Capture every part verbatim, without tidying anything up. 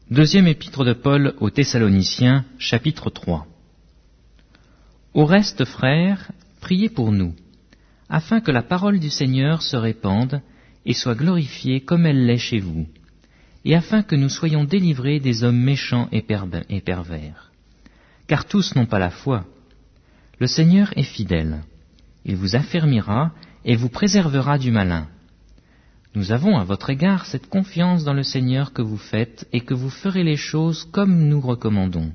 Deuxième épître de Paul aux Thessaloniciens, chapitre trois. Au reste, frères, priez pour nous, afin que la parole du Seigneur se répande et soit glorifiée comme elle l'est chez vous, et afin que nous soyons délivrés des hommes méchants et pervers. Car tous n'ont pas la foi. Le Seigneur est fidèle. Il vous affermira et vous préservera du malin. Nous avons à votre égard cette confiance dans le Seigneur que vous faites et que vous ferez les choses comme nous recommandons.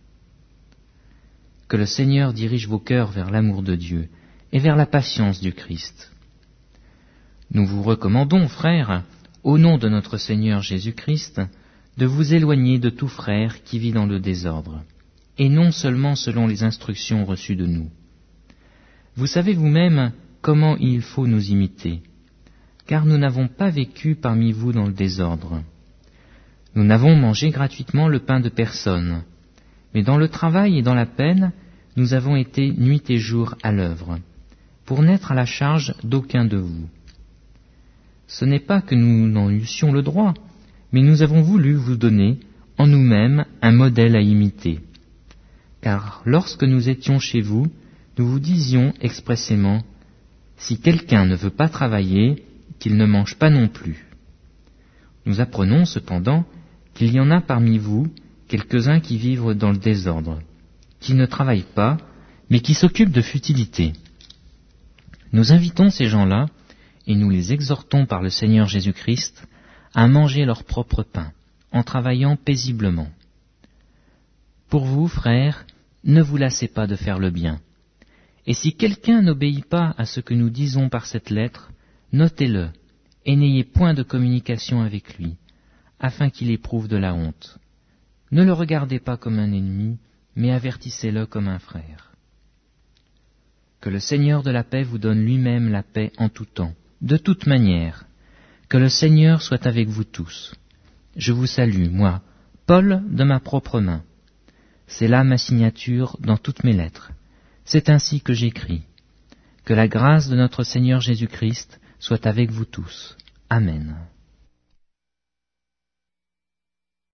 Que le Seigneur dirige vos cœurs vers l'amour de Dieu et vers la patience du Christ. Nous vous recommandons, frères, au nom de notre Seigneur Jésus-Christ, de vous éloigner de tout frère qui vit dans le désordre, et non seulement selon les instructions reçues de nous. Vous savez vous-même comment il faut nous imiter, car nous n'avons pas vécu parmi vous dans le désordre. Nous n'avons mangé gratuitement le pain de personne, mais dans le travail et dans la peine, nous avons été nuit et jour à l'œuvre, pour n'être à la charge d'aucun de vous. Ce n'est pas que nous n'en eussions le droit, mais nous avons voulu vous donner, en nous-mêmes, un modèle à imiter. Car lorsque nous étions chez vous, nous vous disions expressément, « Si quelqu'un ne veut pas travailler, qu'il ne mange pas non plus. » Nous apprenons cependant qu'il y en a parmi vous quelques-uns qui vivent dans le désordre, qui ne travaillent pas, mais qui s'occupent de futilités. Nous invitons ces gens-là, et nous les exhortons par le Seigneur Jésus-Christ, à manger leur propre pain, en travaillant paisiblement. Pour vous, frères, ne vous lassez pas de faire le bien. Et si quelqu'un n'obéit pas à ce que nous disons par cette lettre, notez-le, et n'ayez point de communication avec lui, afin qu'il éprouve de la honte. Ne le regardez pas comme un ennemi, mais avertissez-le comme un frère. Que le Seigneur de la paix vous donne lui-même la paix en tout temps, de toute manière. Que le Seigneur soit avec vous tous. Je vous salue, moi, Paul, de ma propre main. C'est là ma signature dans toutes mes lettres. C'est ainsi que j'écris. Que la grâce de notre Seigneur Jésus-Christ soit avec vous tous. Amen.